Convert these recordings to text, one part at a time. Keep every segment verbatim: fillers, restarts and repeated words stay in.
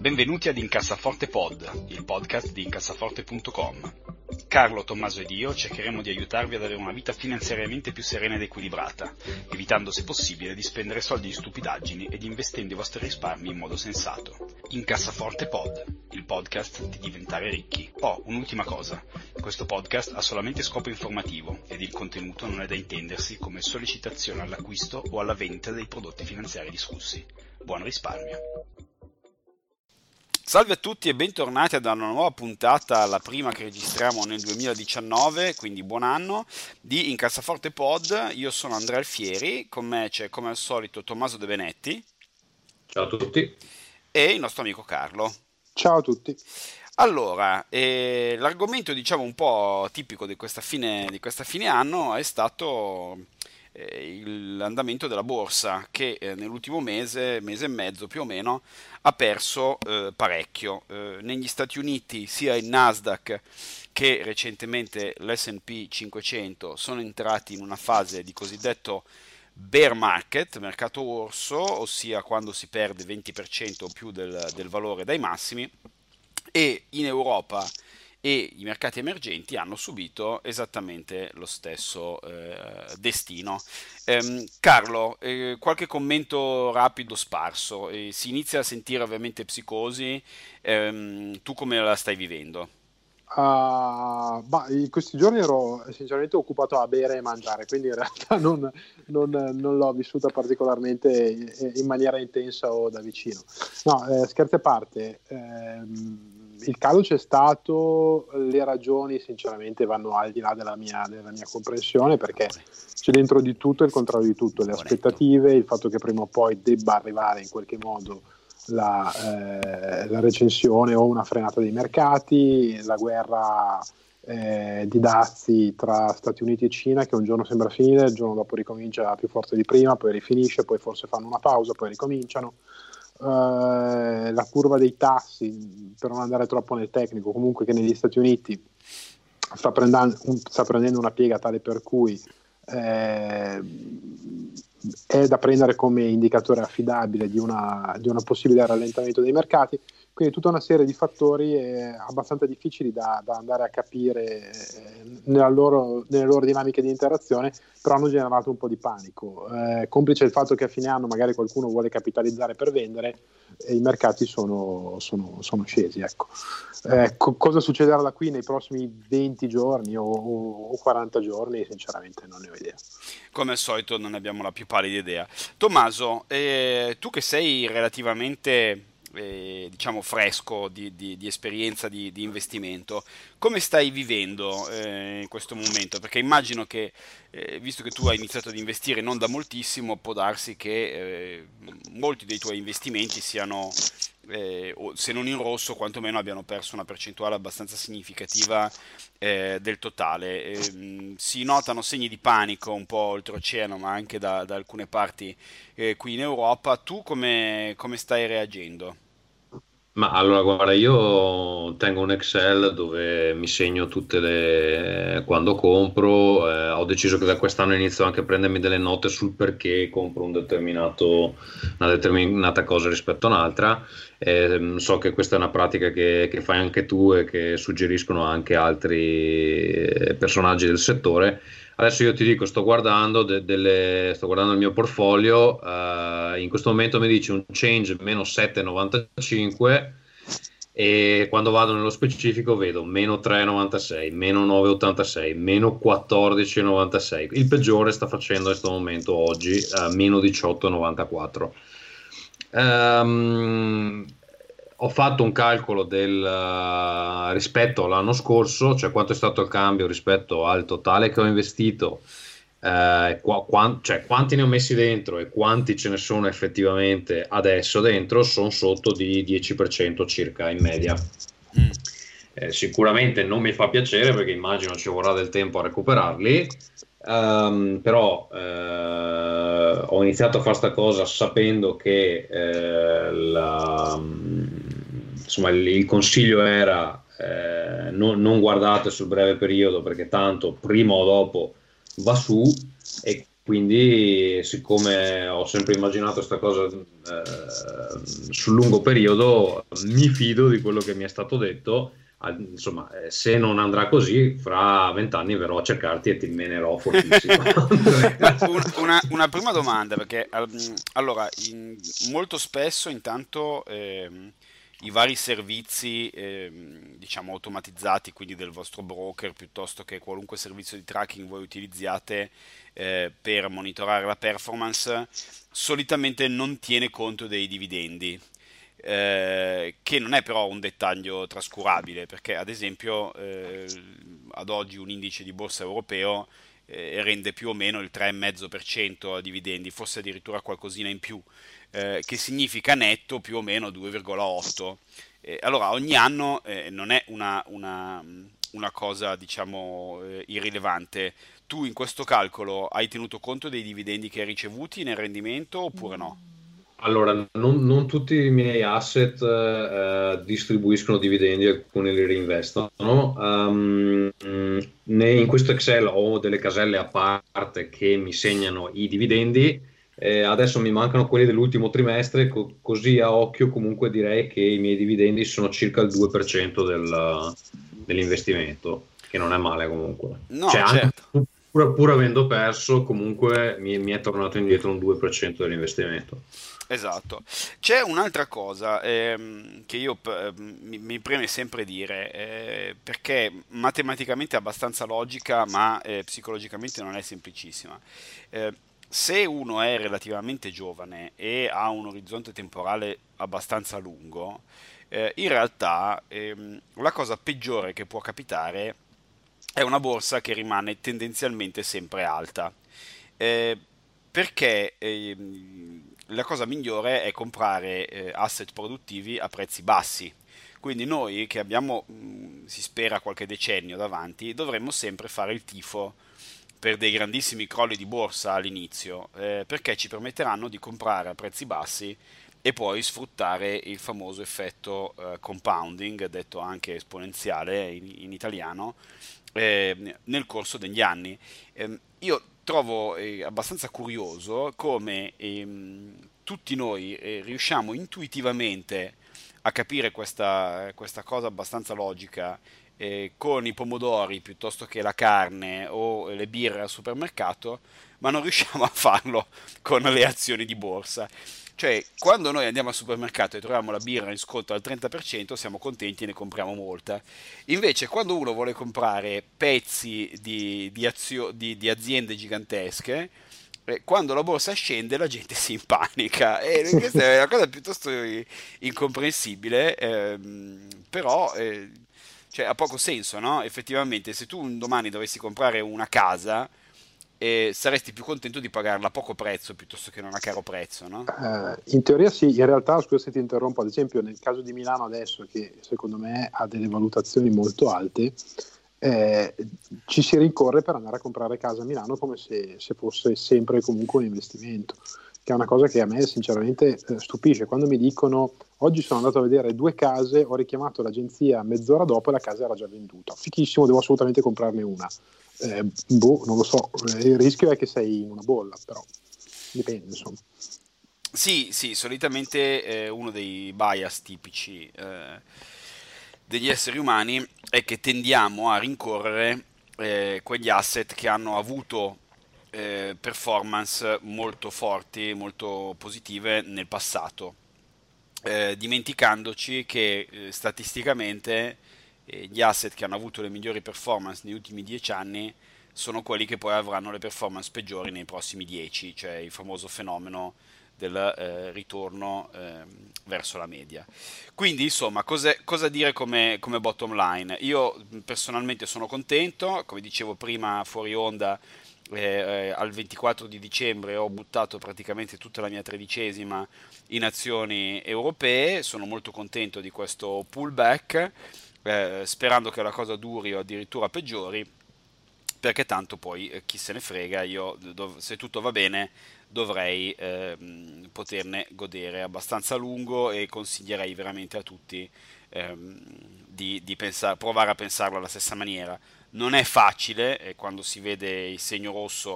Benvenuti ad Incassaforte Pod, il podcast di incassaforte punto com. Carlo, Tommaso ed io cercheremo di aiutarvi ad avere una vita finanziariamente più serena ed equilibrata, evitando se possibile di spendere soldi in stupidaggini ed investendo i vostri risparmi in modo sensato. Incassaforte Pod, il podcast di diventare ricchi. Oh, un'ultima cosa, questo podcast ha solamente scopo informativo ed il contenuto non è da intendersi come sollecitazione all'acquisto o alla vendita dei prodotti finanziari discussi. Buon risparmio! Salve a tutti e bentornati ad una nuova puntata, la prima che registriamo nel duemiladiciannove, quindi buon anno, di Incassaforte Pod. Io sono Andrea Alfieri, con me c'è come al solito Tommaso De Benetti. Ciao a tutti. E il nostro amico Carlo. Ciao a tutti. Allora, eh, l'argomento diciamo un po' tipico di questa fine, di questa fine anno è stato eh, l'andamento della borsa che eh, nell'ultimo mese, mese e mezzo più o meno, ha perso eh, parecchio. Eh, negli Stati Uniti sia il Nasdaq che recentemente l'S and P cinquecento sono entrati in una fase di cosiddetto bear market, mercato orso, ossia quando si perde venti per cento o più del, del valore dai massimi, e in Europa e i mercati emergenti hanno subito esattamente lo stesso eh, destino. Ehm, Carlo, eh, qualche commento rapido sparso. Eh, si inizia a sentire ovviamente psicosi. Ehm, tu come la stai vivendo? Uh, bah, in questi giorni ero sinceramente occupato a bere e mangiare, quindi in realtà non, non, non l'ho vissuta particolarmente in maniera intensa o da vicino. No, eh, scherzi a parte, ehm, il calo c'è stato, le ragioni sinceramente vanno al di là della mia, della mia comprensione, perché c'è dentro di tutto il contrario di tutto, le aspettative, il fatto che prima o poi debba arrivare in qualche modo La, eh, la recensione o una frenata dei mercati, la guerra eh, di dazi tra Stati Uniti e Cina che un giorno sembra finire, il giorno dopo ricomincia più forte di prima, poi rifinisce, poi forse fanno una pausa, poi ricominciano. Eh, la curva dei tassi, per non andare troppo nel tecnico, comunque che negli Stati Uniti sta prendendo, sta prendendo una piega tale per cui eh, è da prendere come indicatore affidabile di, una, di un possibile rallentamento dei mercati, quindi tutta una serie di fattori eh, abbastanza difficili da, da andare a capire eh, nella loro, nelle loro dinamiche di interazione, però hanno generato un po' di panico, eh, complice il fatto che a fine anno magari qualcuno vuole capitalizzare per vendere e i mercati sono, sono, sono scesi, ecco. Eh, co- cosa succederà da qui nei prossimi venti giorni o, o quaranta giorni sinceramente non ne ho idea. Come al solito non ne abbiamo la più pallida idea. Tommaso, eh, tu che sei relativamente eh, diciamo fresco di, di, di esperienza di, di investimento, come stai vivendo eh, in questo momento? Perché immagino che eh, visto che tu hai iniziato ad investire non da moltissimo, può darsi che eh, molti dei tuoi investimenti siano Eh, o se non in rosso, quantomeno abbiano perso una percentuale abbastanza significativa eh, del totale. Eh, si notano segni di panico un po' oltreoceano, ma anche da, da alcune parti eh, qui in Europa. Tu come, come stai reagendo? Ma allora, guarda, io tengo un Excel dove mi segno tutte le... quando compro. Eh, ho deciso che da quest'anno inizio anche a prendermi delle note sul perché compro un determinato, una determinata cosa rispetto a un'altra. Eh, so che questa è una pratica che, che fai anche tu e che suggeriscono anche altri eh, personaggi del settore. Adesso io ti dico, sto guardando, de- delle, sto guardando il mio portfolio, eh, in questo momento mi dice un change meno sette virgola novantacinque e quando vado nello specifico vedo meno tre virgola novantasei, meno nove virgola ottantasei, meno quattordici virgola novantasei. Il peggiore sta facendo in questo momento oggi eh, meno diciotto virgola novantaquattro. Um, ho fatto un calcolo del, uh, rispetto all'anno scorso, cioè quanto è stato il cambio rispetto al totale che ho investito, uh, qua, qua, cioè quanti ne ho messi dentro e quanti ce ne sono effettivamente adesso dentro, sono sotto di dieci per cento circa in media. Mm. Eh, sicuramente non mi fa piacere perché immagino ci vorrà del tempo a recuperarli. Um, però eh, ho iniziato a fare sta cosa sapendo che eh, la, insomma, il, il consiglio era eh, non, non guardate sul breve periodo perché tanto prima o dopo va su, e quindi, siccome ho sempre immaginato questa cosa eh, sul lungo periodo, mi fido di quello che mi è stato detto. Ah, insomma, eh, se non andrà così, fra vent'anni verrò a cercarti e ti menerò fortissimo. Ma un- una, una prima domanda, perché al- allora, in- molto spesso intanto ehm, i vari servizi, ehm, diciamo, automatizzati, quindi del vostro broker, piuttosto che qualunque servizio di tracking voi utilizziate eh, per monitorare la performance, solitamente non tiene conto dei dividendi. Eh, che non è però un dettaglio trascurabile, perché ad esempio eh, ad oggi un indice di borsa europeo eh, rende più o meno il tre virgola cinque per cento a dividendi, forse addirittura qualcosina in più, eh, che significa netto più o meno due virgola otto. Eh, allora ogni anno eh, non è una, una, una cosa diciamo eh, irrilevante. Tu in questo calcolo hai tenuto conto dei dividendi che hai ricevuti nel rendimento oppure no? Allora, non, non tutti i miei asset eh, distribuiscono dividendi, alcuni li reinvestono. Um, ne- in questo Excel ho delle caselle a parte che mi segnano i dividendi. Eh, adesso mi mancano quelli dell'ultimo trimestre, co- così a occhio comunque direi che i miei dividendi sono circa il due per cento del- dell'investimento, che non è male comunque. Cioè, No, anche certo. pur, pur avendo perso, comunque mi, mi è tornato indietro un due per cento dell'investimento. Esatto. C'è un'altra cosa ehm, che io p- mi, mi preme sempre dire, eh, perché matematicamente è abbastanza logica, ma eh, psicologicamente non è semplicissima. Eh, se uno è relativamente giovane e ha un orizzonte temporale abbastanza lungo, eh, in realtà ehm, la cosa peggiore che può capitare è una borsa che rimane tendenzialmente sempre alta. Eh, perché ehm, la cosa migliore è comprare eh, asset produttivi a prezzi bassi. Quindi noi che abbiamo, mh, si spera, qualche decennio davanti, dovremmo sempre fare il tifo per dei grandissimi crolli di borsa all'inizio, eh, perché ci permetteranno di comprare a prezzi bassi e poi sfruttare il famoso effetto eh, compounding, detto anche esponenziale in, in italiano, eh, nel corso degli anni. Ehm, io trovo eh, abbastanza curioso come ehm, tutti noi eh, riusciamo intuitivamente a capire questa, questa cosa abbastanza logica eh, con i pomodori piuttosto che la carne o le birre al supermercato, ma non riusciamo a farlo con le azioni di borsa. Cioè, quando noi andiamo al supermercato e troviamo la birra in sconto al trenta per cento, siamo contenti e ne compriamo molta. Invece, quando uno vuole comprare pezzi di, di azio- di- di aziende gigantesche, eh, quando la borsa scende la gente si impanica. E questa è una cosa piuttosto i- incomprensibile, ehm, però eh, cioè, ha poco senso, no? Effettivamente, se tu un domani dovessi comprare una casa, eh, saresti più contento di pagarla a poco prezzo piuttosto che non a caro prezzo, no? Eh, in teoria sì, in realtà, scusa se ti interrompo, ad esempio nel caso di Milano adesso, che secondo me ha delle valutazioni molto alte, eh, ci si rincorre per andare a comprare casa a Milano come se, se fosse sempre comunque un investimento, che è una cosa che a me sinceramente eh, stupisce. Quando mi dicono oggi sono andato a vedere due case, ho richiamato l'agenzia mezz'ora dopo e la casa era già venduta, fichissimo, devo assolutamente comprarne una. Eh, boh, non lo so, eh, il rischio è che sei in una bolla, però dipende, insomma. Sì, sì, solitamente eh, uno dei bias tipici eh, degli esseri umani è che tendiamo a rincorrere eh, quegli asset che hanno avuto eh, performance molto forti, molto positive nel passato, eh, dimenticandoci che eh, statisticamente eh, gli asset che hanno avuto le migliori performance negli ultimi dieci anni sono quelli che poi avranno le performance peggiori nei prossimi dieci, cioè il famoso fenomeno del eh, ritorno ehm, verso la media. Quindi, insomma, cos'è- cosa dire come, come bottom line? Io mh, personalmente sono contento, come dicevo prima fuori onda, eh, eh, al ventiquattro di dicembre ho buttato praticamente tutta la mia tredicesima in azioni europee, sono molto contento di questo pullback, eh, sperando che la cosa duri o addirittura peggiori, perché tanto poi eh, chi se ne frega, io dov- se tutto va bene dovrei ehm, poterne godere abbastanza a lungo e consiglierei veramente a tutti ehm, di, di pensare- provare a pensarlo alla stessa maniera. Non è facile, e quando si vede il segno rosso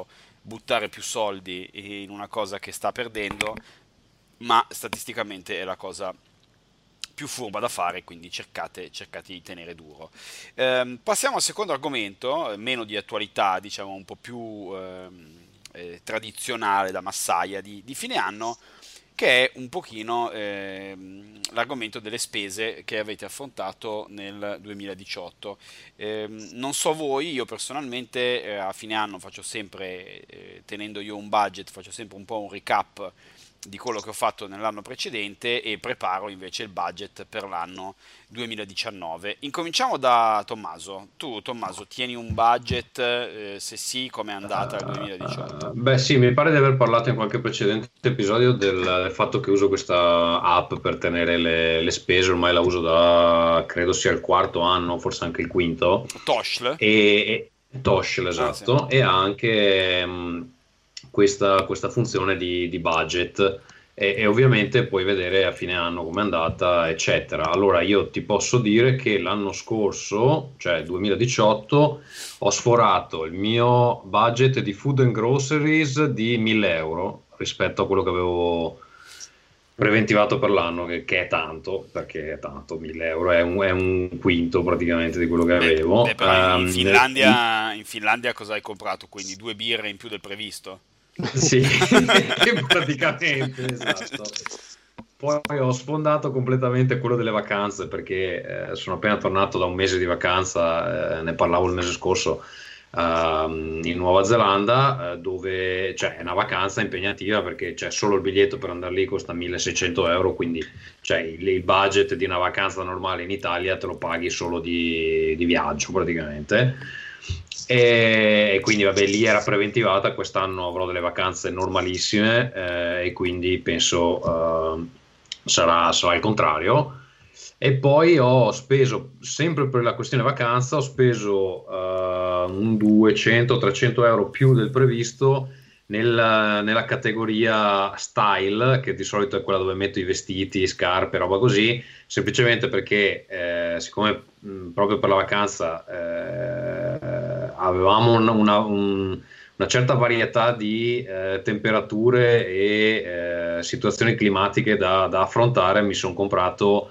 buttare più soldi in una cosa che sta perdendo, ma statisticamente è la cosa più furba da fare, quindi cercate, cercate di tenere duro. Ehm, passiamo al secondo argomento, meno di attualità, diciamo un po' più ehm, eh, tradizionale da massaia di, di fine anno, che è un pochino ehm, l'argomento delle spese che avete affrontato nel duemiladiciotto. Ehm, non so voi, io personalmente eh, a fine anno faccio sempre, eh, tenendo io un budget, faccio sempre un po' un recap di quello che ho fatto nell'anno precedente e preparo invece il budget per l'anno duemiladiciannove. Incominciamo da Tommaso. Tu, Tommaso, tieni un budget? Eh, se sì, com'è andata il duemiladiciotto? Uh, beh sì, mi pare di aver parlato in qualche precedente episodio del, del fatto che uso questa app per tenere le, le spese, ormai la uso da credo sia il quarto anno, forse anche il quinto. Toshl? E, e Toshl, esatto, Ah, sì. e ha anche mh, questa, questa funzione di, di budget e, e ovviamente puoi vedere a fine anno com'è andata, eccetera. Allora io ti posso dire che l'anno scorso, cioè il duemiladiciotto, ho sforato il mio budget di food and groceries di mille euro rispetto a quello che avevo preventivato per l'anno, che, che è tanto, perché è tanto, mille euro è un, è un quinto praticamente di quello che Beh, avevo. beh, però in, in Ehm, Finlandia, in Finlandia cosa hai comprato? Quindi due birre in più del previsto? Sì, praticamente, esatto. Poi ho sfondato completamente quello delle vacanze perché eh, sono appena tornato da un mese di vacanza, eh, ne parlavo il mese scorso, ehm, in Nuova Zelanda, eh, dove cioè, è una vacanza impegnativa perché c'è solo il biglietto per andare lì costa milleseicento euro, quindi cioè, il, il budget di una vacanza normale in Italia te lo paghi solo di, di viaggio praticamente. E, e quindi vabbè, lì era preventivata, quest'anno avrò delle vacanze normalissime, eh, e quindi penso eh, sarà, sarà il contrario. E poi ho speso, sempre per la questione vacanza, ho speso eh, un duecento trecento euro più del previsto nel- nella categoria style, che di solito è quella dove metto i vestiti, scarpe, roba così, semplicemente perché eh, siccome mh, proprio per la vacanza eh, avevamo una, una- un- una certa varietà di eh, temperature e eh, situazioni climatiche da, da affrontare, mi sono comprato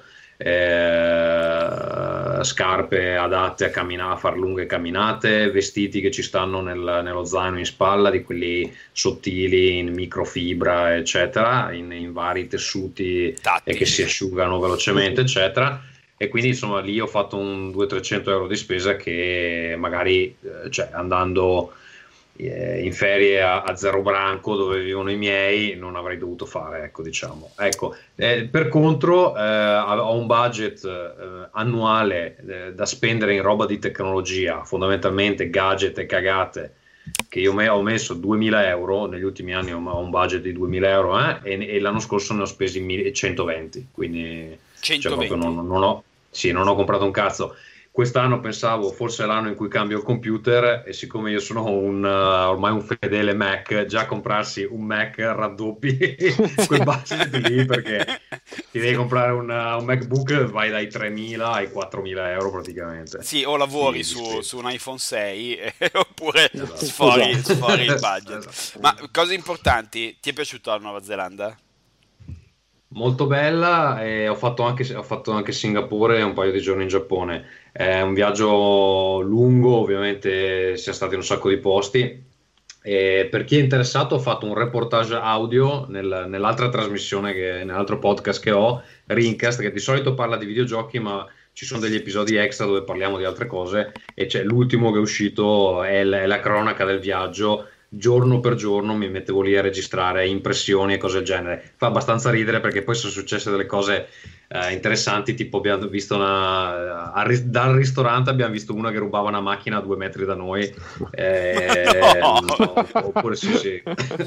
eh, scarpe adatte a camminare, a far lunghe camminate, vestiti che ci stanno nel- nello zaino in spalla, di quelli sottili in microfibra, eccetera, in, in vari tessuti e che si Tattici. asciugano velocemente, eccetera. E quindi insomma lì ho fatto un duecento trecento euro di spesa che magari eh, cioè, andando eh, in ferie a, a Zero Branco dove vivono i miei non avrei dovuto fare, ecco, diciamo. Ecco, eh, per contro eh, ho un budget eh, annuale eh, da spendere in roba di tecnologia, fondamentalmente gadget e cagate, che io me- ho messo duemila euro negli ultimi anni, ho, ho un budget di duemila euro, eh, e, e l'anno scorso ne ho spesi mille- centoventi, quindi cioè, proprio centoventi. non, non ho, sì, non ho comprato un cazzo. Quest'anno pensavo forse è l'anno in cui cambio il computer e siccome io sono un, uh, ormai un fedele Mac, già comprarsi un Mac raddoppi quel budget lì perché ti devi comprare un, uh, un MacBook, vai dai tremila ai quattromila euro praticamente Sì, o lavori di, di su, spesa. su un iPhone sei eh, oppure Esatto. sfori, Esatto. sfori il budget. Esatto. Ma cose importanti, ti è piaciuta la Nuova Zelanda? Molto bella, e ho fatto anche, ho fatto anche Singapore e un paio di giorni in Giappone. È un viaggio lungo, ovviamente siamo stati in un sacco di posti. E per chi è interessato ho fatto un reportage audio nel- nell'altra trasmissione, che, nell'altro podcast che ho, Rincast, che di solito parla di videogiochi, ma ci sono degli episodi extra dove parliamo di altre cose e c'è l'ultimo che è uscito, è, l- è la cronaca del viaggio. Giorno per giorno mi mettevo lì a registrare impressioni e cose del genere. Fa abbastanza ridere perché poi sono successe delle cose eh, interessanti, tipo abbiamo visto una, al ris- dal ristorante abbiamo visto una che rubava una macchina a due metri da noi, eh, No! oppure sì sì,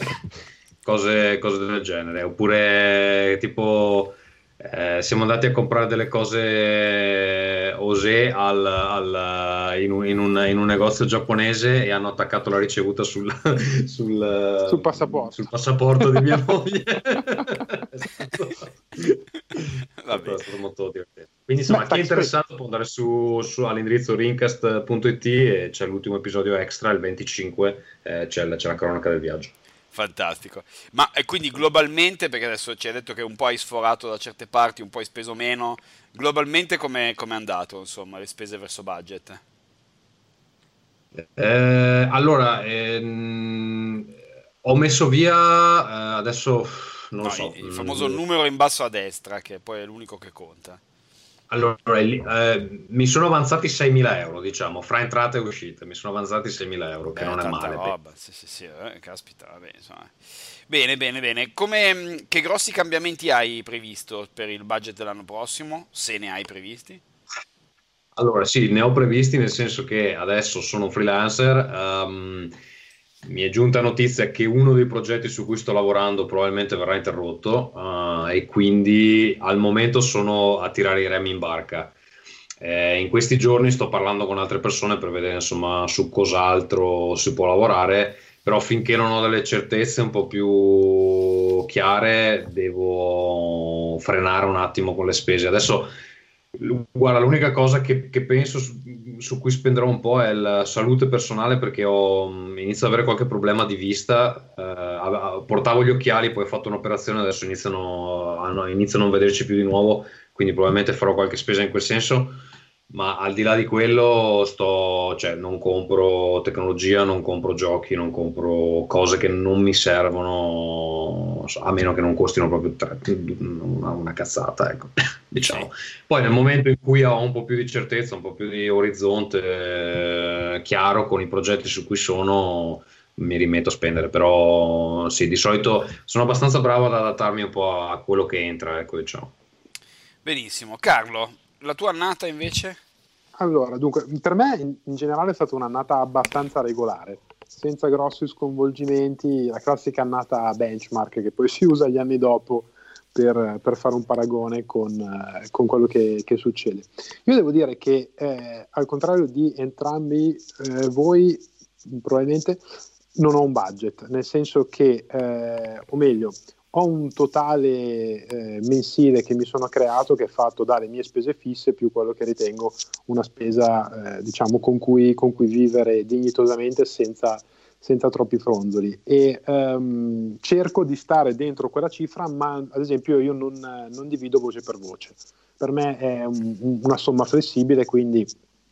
cose, cose del genere, oppure tipo eh, siamo andati a comprare delle cose Osé al, al- in, un, in un- in un negozio giapponese e hanno attaccato la ricevuta sul, sul, Sul passaporto. sul passaporto di mia moglie. Esatto. Vabbè, stato molto divertente. Quindi Beh, insomma, chi è tax free. interessato può andare su, su- all'indirizzo rincast punto it e c'è l'ultimo episodio extra, il venticinque, eh, c'è, la, c'è la cronaca del viaggio. Fantastico. Ma e quindi globalmente, perché adesso ci hai detto che un po' hai sforato da certe parti, un po' hai speso meno, globalmente come è andato, insomma, le spese verso budget? Eh, allora, ehm, ho messo via, eh, adesso non lo No, il, so. il famoso mm, numero in basso a destra, che poi è l'unico che conta. Allora, il- eh, mi sono avanzati seimila euro, diciamo, fra entrate e uscite, mi sono avanzati seimila euro, che Beh, non è tanta male. Beh. roba, sì, sì, sì, eh, caspita, vabbè, insomma. Bene, bene, bene. Come, mh, che grossi cambiamenti hai previsto per il budget dell'anno prossimo, se ne hai previsti? Allora, sì, ne ho previsti, nel senso che adesso sono un freelancer. ehm, mi è giunta notizia che uno dei progetti su cui sto lavorando probabilmente verrà interrotto, eh, e quindi al momento sono a tirare i remi in barca. Eh, in questi giorni sto parlando con altre persone per vedere insomma su cos'altro si può lavorare, però finché non ho delle certezze un po' più chiare devo frenare un attimo con le spese. Adesso guarda, l'unica cosa che, che penso su, su cui spenderò un po' è la salute personale perché ho, inizio ad avere qualche problema di vista. Eh, ave- portavo gli occhiali, poi ho fatto un'operazione, adesso iniziano a, no- inizio a non vederci più di nuovo, quindi probabilmente farò qualche spesa in quel senso. Ma al di là di quello, sto, cioè, non compro tecnologia, non compro giochi, non compro cose che non mi servono, a meno che non costino proprio tre- una, una cazzata, ecco, Sì. diciamo. Poi nel momento in cui ho un po' più di certezza, un po' più di orizzonte eh, chiaro con i progetti su cui sono, mi rimetto a spendere. Però sì, di solito sono abbastanza bravo ad adattarmi un po' a quello che entra, ecco, diciamo. Benissimo. Carlo, la tua annata invece? Allora, dunque, per me in, in generale è stata un'annata abbastanza regolare, senza grossi sconvolgimenti, la classica annata benchmark che poi si usa gli anni dopo per, per fare un paragone con, eh, con quello che, che succede. Io devo dire che eh, al contrario di entrambi eh, voi, probabilmente non ho un budget, nel senso che, eh, o meglio, ho un totale eh, mensile che mi sono creato che è fatto dalle mie spese fisse più quello che ritengo una spesa eh, diciamo con cui, con cui vivere dignitosamente senza, senza troppi fronzoli e ehm, cerco di stare dentro quella cifra, ma ad esempio io non, non divido voce per voce. Per me è un, una somma flessibile, quindi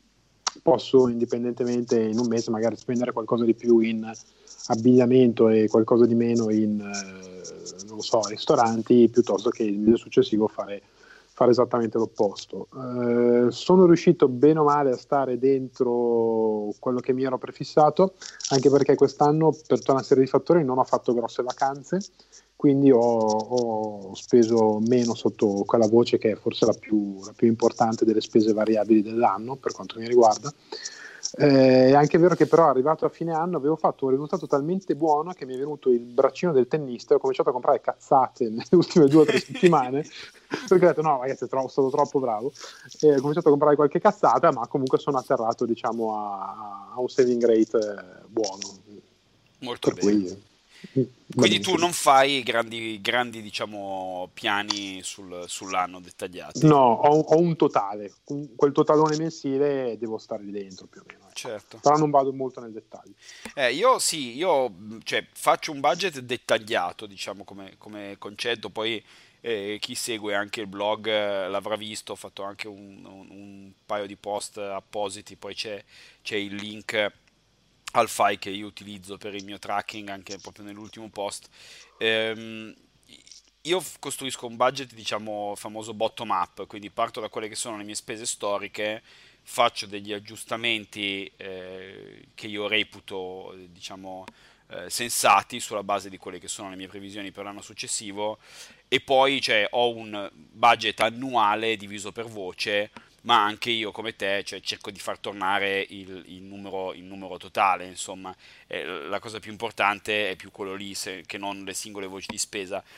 posso indipendentemente in un mese magari spendere qualcosa di più in abbigliamento e qualcosa di meno in eh, non so, ristoranti, piuttosto che il mese successivo fare, fare esattamente l'opposto. Eh, sono riuscito bene o male a stare dentro quello che mi ero prefissato, anche perché quest'anno per tutta una serie di fattori non ho fatto grosse vacanze, quindi ho, ho speso meno sotto quella voce che è forse la più, la più importante delle spese variabili dell'anno per quanto mi riguarda. Eh, è anche vero che però arrivato a fine anno avevo fatto un risultato talmente buono che mi è venuto il braccino del tennista e ho cominciato a comprare cazzate nelle ultime due o tre settimane perché ho detto no ragazzi sono stato troppo bravo e ho cominciato a comprare qualche cazzata, ma comunque sono atterrato diciamo a, a un saving rate eh, buono, Molto per bene. cui eh, va Quindi bene tu così. non fai grandi, grandi diciamo, piani sul- sull'anno dettagliati. No, ho, ho un totale, un- quel totalone mensile devo stare lì dentro più o meno, ecco. Certo. Però non vado molto nel dettaglio. Eh, io sì, io mh, cioè, faccio un budget dettagliato, diciamo, come, come concetto, poi eh, chi segue anche il blog eh, l'avrà visto, ho fatto anche un, un- un paio di post appositi, poi c'è c'è il link al file che io utilizzo per il mio tracking anche proprio nell'ultimo post. Ehm, io f- costruisco un budget, diciamo, famoso bottom up, quindi parto da quelle che sono le mie spese storiche, faccio degli aggiustamenti eh, che io reputo, eh, diciamo, eh, sensati sulla base di quelle che sono le mie previsioni per l'anno successivo e poi cioè, ho un budget annuale diviso per voce, ma anche io come te cioè, cerco di far tornare il, il numero, il numero totale, insomma. Eh, la cosa più importante è più quello lì se- che non le singole voci di spesa.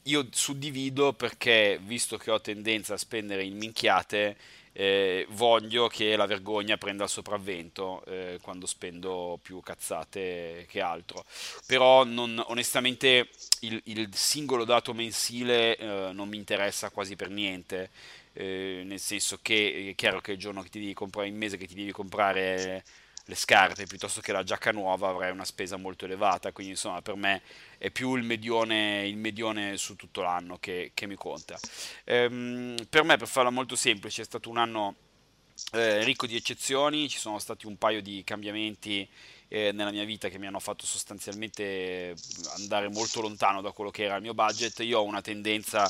io suddivido perché, visto che ho tendenza a spendere in minchiate, eh, voglio che la vergogna prenda il sopravvento eh, quando spendo più cazzate che altro. Però non- onestamente il, il singolo dato mensile eh, non mi interessa quasi per niente. Eh, nel senso che è chiaro che il giorno che ti devi comprare, il mese che ti devi comprare le scarpe piuttosto che la giacca nuova avrai una spesa molto elevata, quindi insomma per me è più il medione, il medione su tutto l'anno che, che mi conta. Ehm, per me, per farla molto semplice, è stato un anno eh, ricco di eccezioni, ci sono stati un paio di cambiamenti eh, nella mia vita che mi hanno fatto sostanzialmente andare molto lontano da quello che era il mio budget. Io ho una tendenza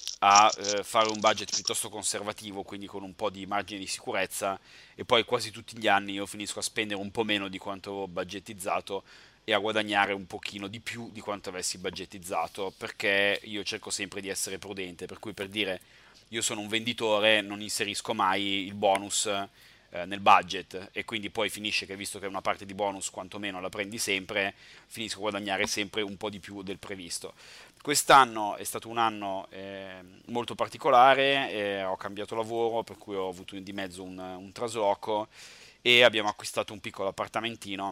a eh, fare un budget piuttosto conservativo, quindi con un po' di margine di sicurezza, e poi quasi tutti gli anni io finisco a spendere un po' meno di quanto ho budgetizzato e a guadagnare un pochino di più di quanto avessi budgetizzato, perché io cerco sempre di essere prudente, per cui per dire io sono un venditore, non inserisco mai il bonus eh, nel budget, e quindi poi finisce che, visto che una parte di bonus quantomeno la prendi sempre, finisco a guadagnare sempre un po' di più del previsto. Quest'anno è stato un anno eh, molto particolare, eh, ho cambiato lavoro, per cui ho avuto di mezzo un, un trasloco e abbiamo acquistato un piccolo appartamentino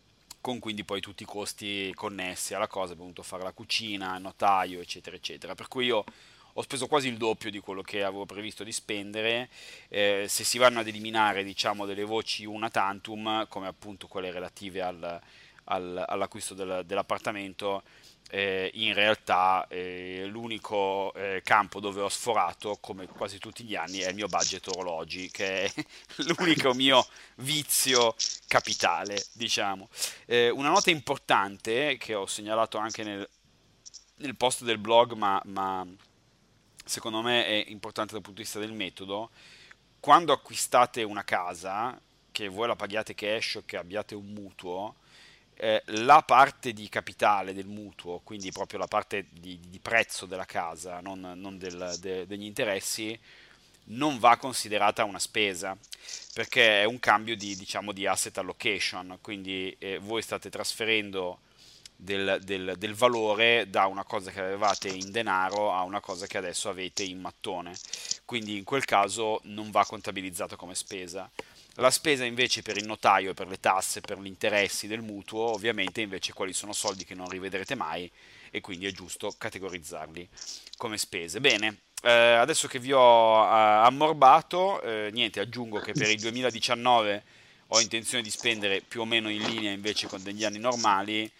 con quindi poi tutti i costi connessi alla cosa, abbiamo dovuto fare la cucina, il notaio, eccetera, eccetera. Per cui io ho speso quasi il doppio di quello che avevo previsto di spendere. Eh, se si vanno ad eliminare, diciamo, delle voci una tantum, come appunto quelle relative al, al- all'acquisto del- dell'appartamento, eh, in realtà eh, l'unico eh, campo dove ho sforato, come quasi tutti gli anni, è il mio budget orologi, che è l'unico mio vizio capitale, diciamo. Eh, una nota importante che ho segnalato anche nel, nel post del blog, ma, ma secondo me è importante dal punto di vista del metodo: quando acquistate una casa, che voi la paghiate cash o che abbiate un mutuo, eh, la parte di capitale del mutuo, quindi proprio la parte di, di prezzo della casa, non, non del- de- degli interessi, non va considerata una spesa, perché è un cambio di, diciamo, di asset allocation, quindi eh, voi state trasferendo del, del- del valore da una cosa che avevate in denaro a una cosa che adesso avete in mattone, quindi in quel caso non va contabilizzato come spesa. La spesa invece per il notaio, per le tasse, per gli interessi del mutuo, ovviamente invece quelli sono soldi che non rivedrete mai, e quindi è giusto categorizzarli come spese. Bene, eh, adesso che vi ho eh, ammorbato, eh, niente, aggiungo che per il duemiladiciannove ho intenzione di spendere più o meno in linea invece con degli anni normali.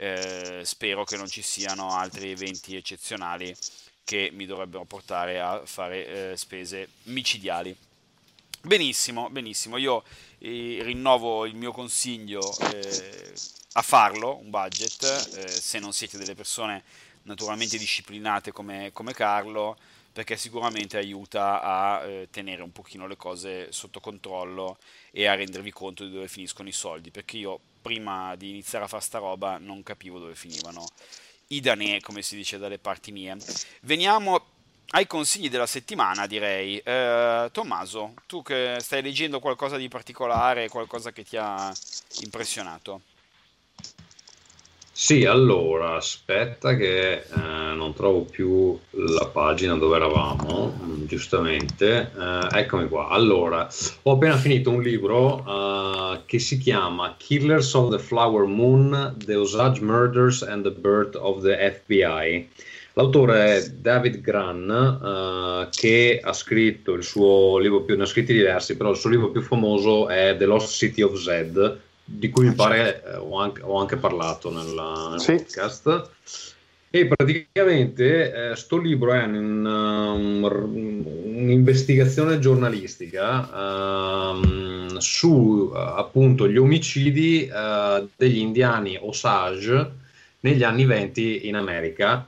Eh, spero che non ci siano altri eventi eccezionali che mi dovrebbero portare a fare eh, spese micidiali. Benissimo, benissimo. Io eh, rinnovo il mio consiglio eh, a farlo, un budget, eh, se non siete delle persone naturalmente disciplinate come, come Carlo, perché sicuramente aiuta a eh, tenere un pochino le cose sotto controllo e a rendervi conto di dove finiscono i soldi, perché io prima di iniziare a fare sta roba non capivo dove finivano i danè, come si dice dalle parti mie. Veniamo ai consigli della settimana, direi. Eh, Tommaso, tu che stai leggendo qualcosa di particolare, qualcosa che ti ha impressionato? Sì, allora, aspetta che eh, non trovo più la pagina dove eravamo, mm, giustamente. Eh, eccomi qua. Allora, ho appena finito un libro eh, che si chiama Killers of the Flower Moon, The Osage Murders and the Birth of the F B I. L'autore è David Grann, eh, che ha scritto il suo libro più, ne ha scritti diversi, però il suo libro più famoso è The Lost City of Z, di cui mi pare eh, ho, anche, ho anche parlato nella- nel Sì. podcast. E praticamente eh, sto libro è un, um, un'investigazione giornalistica ehm, su eh, appunto gli omicidi eh, degli indiani Osage negli anni venti in America.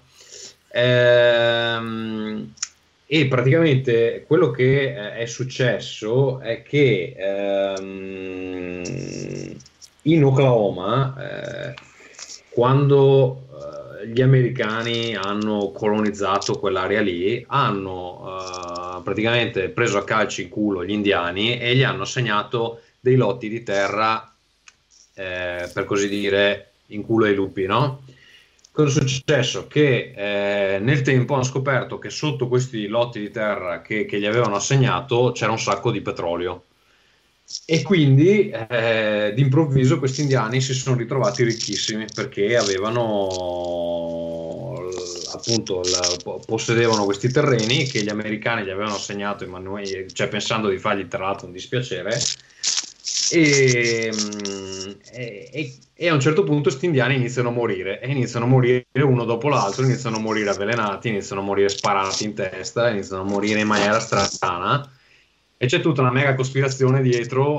Ehm, e praticamente quello che eh, è successo è che ehm, in Oklahoma, eh, quando eh, gli americani hanno colonizzato quell'area lì, hanno eh, praticamente preso a calci in culo gli indiani e gli hanno assegnato dei lotti di terra, eh, per così dire, in culo ai lupi, no? Cosa è successo? Che eh, nel tempo hanno scoperto che sotto questi lotti di terra che, che gli avevano assegnato c'era un sacco di petrolio. E quindi eh, d'improvviso questi indiani si sono ritrovati ricchissimi perché avevano appunto la, possedevano questi terreni che gli americani gli avevano assegnato in manu- cioè pensando di fargli tra l'altro un dispiacere e, e, e a un certo punto questi indiani iniziano a morire e iniziano a morire uno dopo l'altro, iniziano a morire avvelenati, iniziano a morire sparati in testa, iniziano a morire in maniera strana. E c'è tutta una mega cospirazione dietro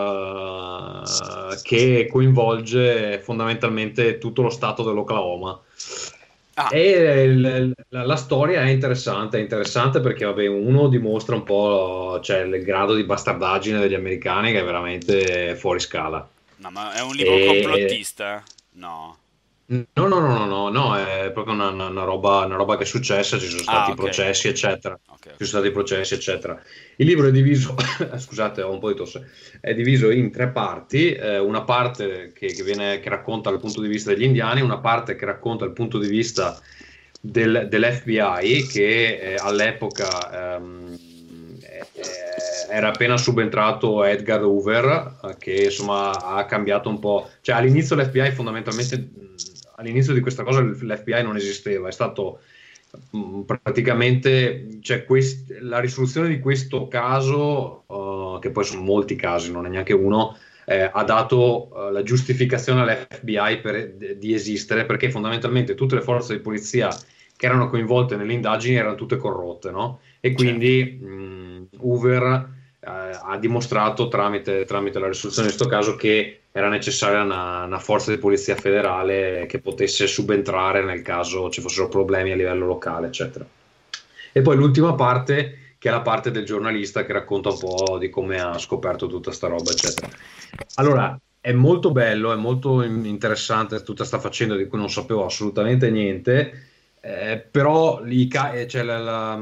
uh, che coinvolge fondamentalmente tutto lo stato dell'Oklahoma. Ah. E il, la, la storia è interessante, è interessante perché vabbè, uno dimostra un po' cioè, il grado di bastardaggine degli americani che è veramente fuori scala. No, ma è un libro e... complottista? No. No, no, no, no, no, no, è proprio una, una, roba, una roba che è successa, ci sono stati ah, okay. processi, eccetera. Okay, okay. Ci sono stati processi, eccetera. Il libro è diviso, scusate, ho un po' di tosse, è diviso in tre parti, eh, una parte che, che, viene, che racconta dal punto di vista degli indiani, una parte che racconta dal punto di vista del, dell'F B I, che eh, all'epoca ehm, eh, era appena subentrato Edgar Hoover, eh, che insomma ha cambiato un po', cioè all'inizio l'F B I fondamentalmente... All'inizio di questa cosa l'F B I non esisteva, è stato mh, praticamente cioè, quest- la risoluzione di questo caso, uh, che poi sono molti casi, non è neanche uno, eh, ha dato uh, la giustificazione all'F B I per, d- di esistere, perché fondamentalmente tutte le forze di polizia che erano coinvolte nelle indagini erano tutte corrotte, no? E quindi certo. mh, Hoover eh, ha dimostrato tramite, tramite la risoluzione di questo caso che era necessaria una, una forza di polizia federale che potesse subentrare nel caso ci fossero problemi a livello locale, eccetera. E poi l'ultima parte, che è la parte del giornalista che racconta un po' di come ha scoperto tutta sta roba, eccetera. Allora, è molto bello, è molto interessante tutta sta faccenda di cui non sapevo assolutamente niente, eh, però i, ca- cioè, la, la,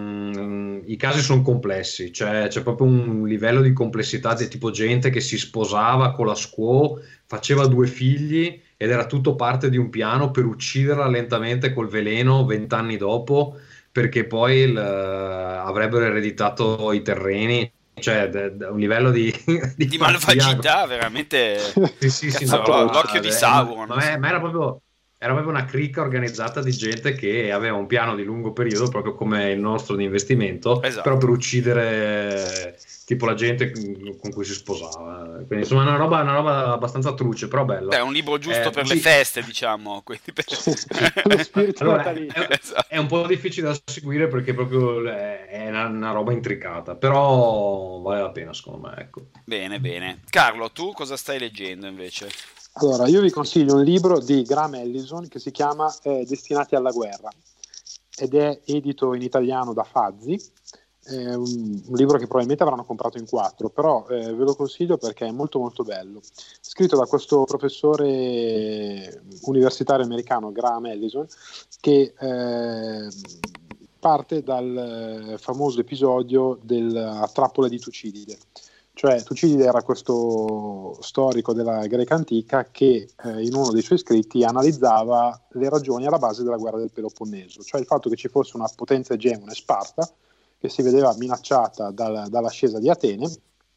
um, i casi sono complessi, cioè, c'è proprio un livello di complessità di tipo gente che si sposava con la squaw, faceva due figli ed era tutto parte di un piano per ucciderla lentamente col veleno vent'anni dopo, perché poi il, avrebbero ereditato i terreni. Cioè, d- d- un livello di, di, di malvagità veramente sì, sì, sì, no, no, l'occhio di Sauron. Ma, ma, ma era proprio era proprio una cricca organizzata di gente che aveva un piano di lungo periodo, proprio come il nostro di investimento, esatto. Però per uccidere tipo la gente con cui si sposava. Quindi insomma è una roba, una roba abbastanza truce, però bello. È un libro giusto eh, per sì. le feste, diciamo. Quindi per... allora, è, esatto. È un po' difficile da seguire perché proprio è una, una roba intricata, però vale la pena secondo me. Ecco. Bene, bene. Carlo, tu cosa stai leggendo invece? Allora, io vi consiglio un libro di Graham Allison che si chiama eh, Destinati alla guerra ed è edito in italiano da Fazzi. È un, un libro che probabilmente avranno comprato in quattro, però eh, ve lo consiglio perché è molto molto bello. Scritto da questo professore universitario americano, Graham Allison, che eh, parte dal famoso episodio della trappola di Tucidide. Cioè Tucidide era questo storico della Grecia antica che eh, in uno dei suoi scritti analizzava le ragioni alla base della guerra del Peloponneso, cioè il fatto che ci fosse una potenza egemone, Sparta, che si vedeva minacciata dal, dall'ascesa di Atene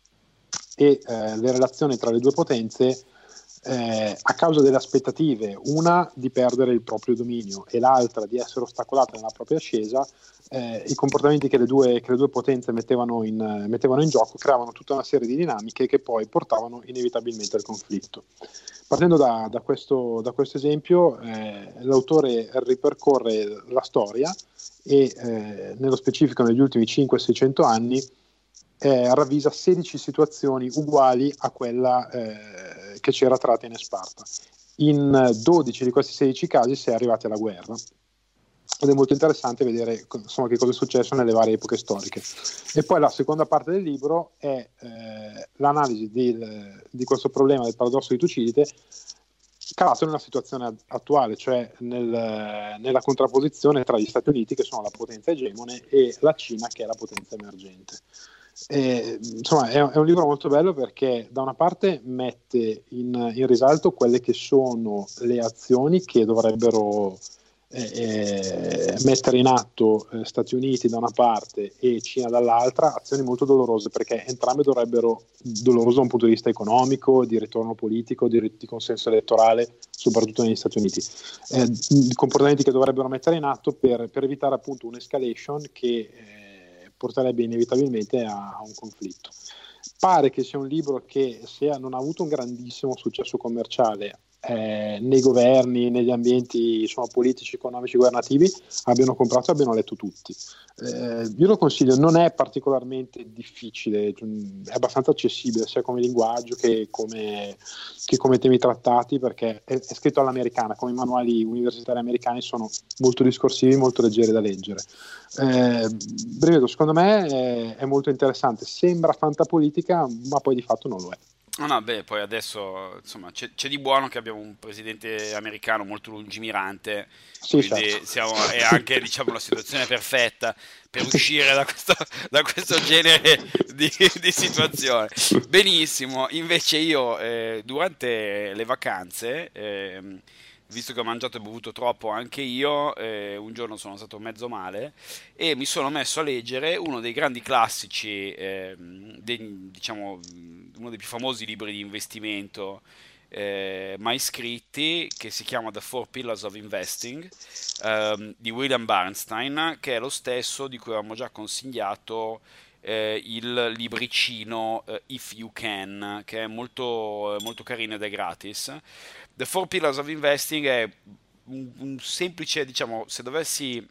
e eh, le relazioni tra le due potenze eh, a causa delle aspettative, una di perdere il proprio dominio e l'altra di essere ostacolata nella propria ascesa, eh, i comportamenti che le due, che le due potenze mettevano in, mettevano in gioco creavano tutta una serie di dinamiche che poi portavano inevitabilmente al conflitto. Partendo da, da, questo, da questo esempio, eh, l'autore ripercorre la storia e eh, nello specifico negli ultimi cinquecento seicento anni eh, ravvisa sedici situazioni uguali a quella eh, che c'era tra Atene e Sparta. In dodici di questi sedici casi si è arrivati alla guerra ed è molto interessante vedere insomma, che cosa è successo nelle varie epoche storiche. E poi la seconda parte del libro è eh, l'analisi di, di questo problema del paradosso di Tucidide calato nella situazione attuale, cioè nel, nella contrapposizione tra gli Stati Uniti, che sono la potenza egemone, e la Cina, che è la potenza emergente. E, insomma, è, è un libro molto bello perché da una parte mette in, in risalto quelle che sono le azioni che dovrebbero eh, eh, mettere in atto eh, Stati Uniti da una parte e Cina dall'altra, azioni molto dolorose perché entrambe dovrebbero, dolorose da un punto di vista economico, di ritorno politico, di, di consenso elettorale, soprattutto negli Stati Uniti, eh, comportamenti che dovrebbero mettere in atto per, per evitare appunto un'escalation che eh, porterebbe inevitabilmente a, a un conflitto. Pare che sia un libro che sia, non ha avuto un grandissimo successo commerciale eh, nei governi, negli ambienti insomma, politici, economici, governativi, abbiano comprato e abbiano letto tutti. Eh, io lo consiglio, non è particolarmente difficile, è abbastanza accessibile sia come linguaggio che come, che come temi trattati, perché è, è scritto all'americana, come i manuali universitari americani sono molto discorsivi, molto leggeri da leggere. Eh, ripeto, secondo me è, è molto interessante, sembra fantapolitica, ma poi di fatto non lo è. No, no, beh, poi adesso insomma c'è, c'è di buono che abbiamo un presidente americano molto lungimirante, Sì, quindi certo. siamo, è anche diciamo la situazione perfetta per uscire da questo, da questo genere di, di situazione. Benissimo, invece io eh, durante le vacanze, ehm, visto che ho mangiato e bevuto troppo anche io, eh, un giorno sono stato mezzo male e mi sono messo a leggere uno dei grandi classici, ehm, dei- diciamo, uno dei più famosi libri di investimento eh, mai scritti, che si chiama The Four Pillars of Investing, ehm, di William Bernstein, che è lo stesso di cui avevamo già consigliato eh, il libricino eh, If You Can, che è molto, molto carino ed è gratis. The Four Pillars of Investing è un, un semplice, diciamo, se dovessi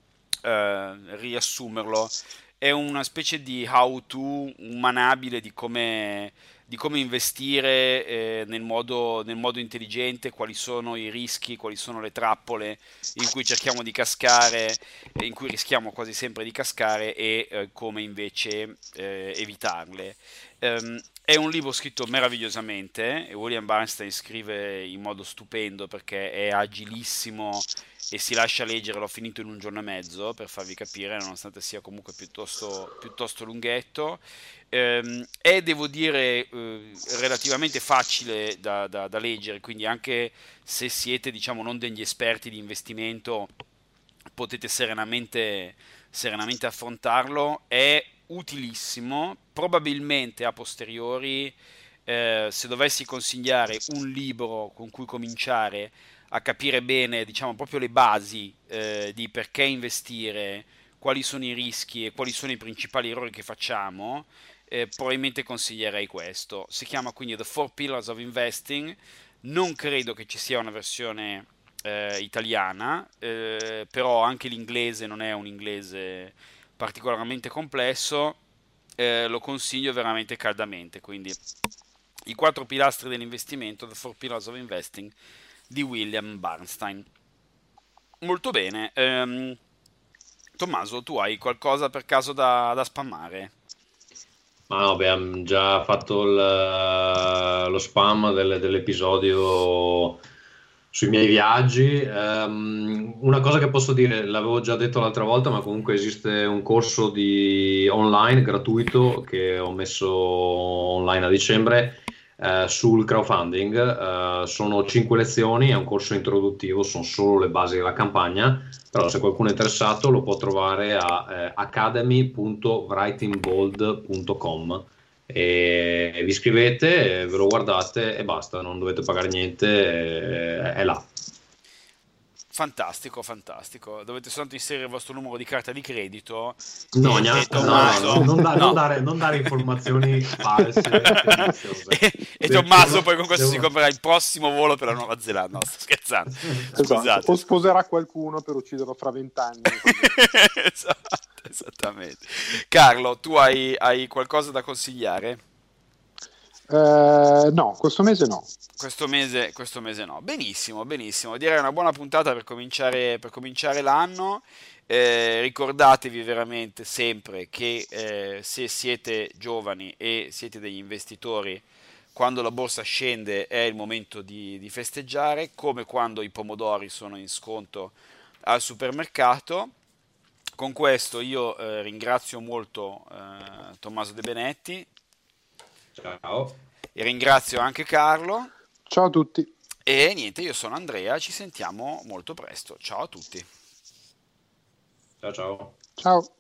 eh, riassumerlo, è una specie di how-to, un manabile di come, di come investire eh, nel modo, nel modo intelligente, quali sono i rischi, quali sono le trappole in cui cerchiamo di cascare, eh, in cui rischiamo quasi sempre di cascare e eh, come invece eh, evitarle. Ehm, è un libro scritto meravigliosamente e William Bernstein scrive in modo stupendo perché è agilissimo e si lascia leggere, l'ho finito in un giorno e mezzo per farvi capire, nonostante sia comunque piuttosto, piuttosto lunghetto. Ehm, è, devo dire, eh, relativamente facile da, da- da leggere, quindi anche se siete, diciamo, non degli esperti di investimento, potete serenamente, serenamente affrontarlo. È utilissimo, probabilmente a posteriori, eh, se dovessi consigliare un libro con cui cominciare a capire bene, diciamo, proprio le basi eh, di perché investire, quali sono i rischi e quali sono i principali errori che facciamo, eh, probabilmente consiglierei questo. Si chiama quindi The Four Pillars of Investing. Non credo che ci sia una versione eh, italiana, eh, però anche l'inglese non è un inglese particolarmente complesso. Eh, lo consiglio veramente caldamente. Quindi i quattro pilastri dell'investimento, The Four Pillars of Investing di William Bernstein. Molto bene. Ehm, Tommaso, tu hai qualcosa per caso da, da spammare? Ma no, abbiamo già fatto il- lo spam del- dell'episodio sui miei viaggi. Ehm, una cosa che posso dire, l'avevo già detto l'altra volta, ma comunque esiste un corso di online gratuito che ho messo online a dicembre eh, sul crowdfunding. Eh, sono cinque lezioni, è un corso introduttivo, sono solo le basi della campagna. Però se qualcuno è interessato lo può trovare a eh, academy punto writingbold punto com e vi iscrivete, eh, ve lo guardate e basta, non dovete pagare niente, eh, è là. Fantastico, fantastico. Dovete soltanto inserire il vostro numero di carta di credito No, e, gna- e no, no, no, Tommaso... non, da- non No. dare, non dare informazioni false, tendenziose. E, e De- Tommaso devono- poi con questo si devono- comprerà il prossimo volo per la Nuova Zelanda. No, sto scherzando. Esatto. Scusate. O sposerà qualcuno per ucciderlo fra vent'anni. Esatto, esattamente. Carlo, tu hai, hai qualcosa da consigliare? Eh, no, questo mese no. Questo mese, questo mese no. Benissimo, benissimo. Direi una buona puntata per cominciare, per cominciare l'anno. Eh, ricordatevi veramente sempre che eh, se siete giovani e siete degli investitori, quando la borsa scende è il momento di, di festeggiare, come quando i pomodori sono in sconto al supermercato. con questo io eh, ringrazio molto eh, Tommaso De Benetti Ciao. e ringrazio anche Carlo. Ciao a tutti. E niente, io sono Andrea, ci sentiamo molto presto. Ciao a tutti. Ciao ciao. Ciao.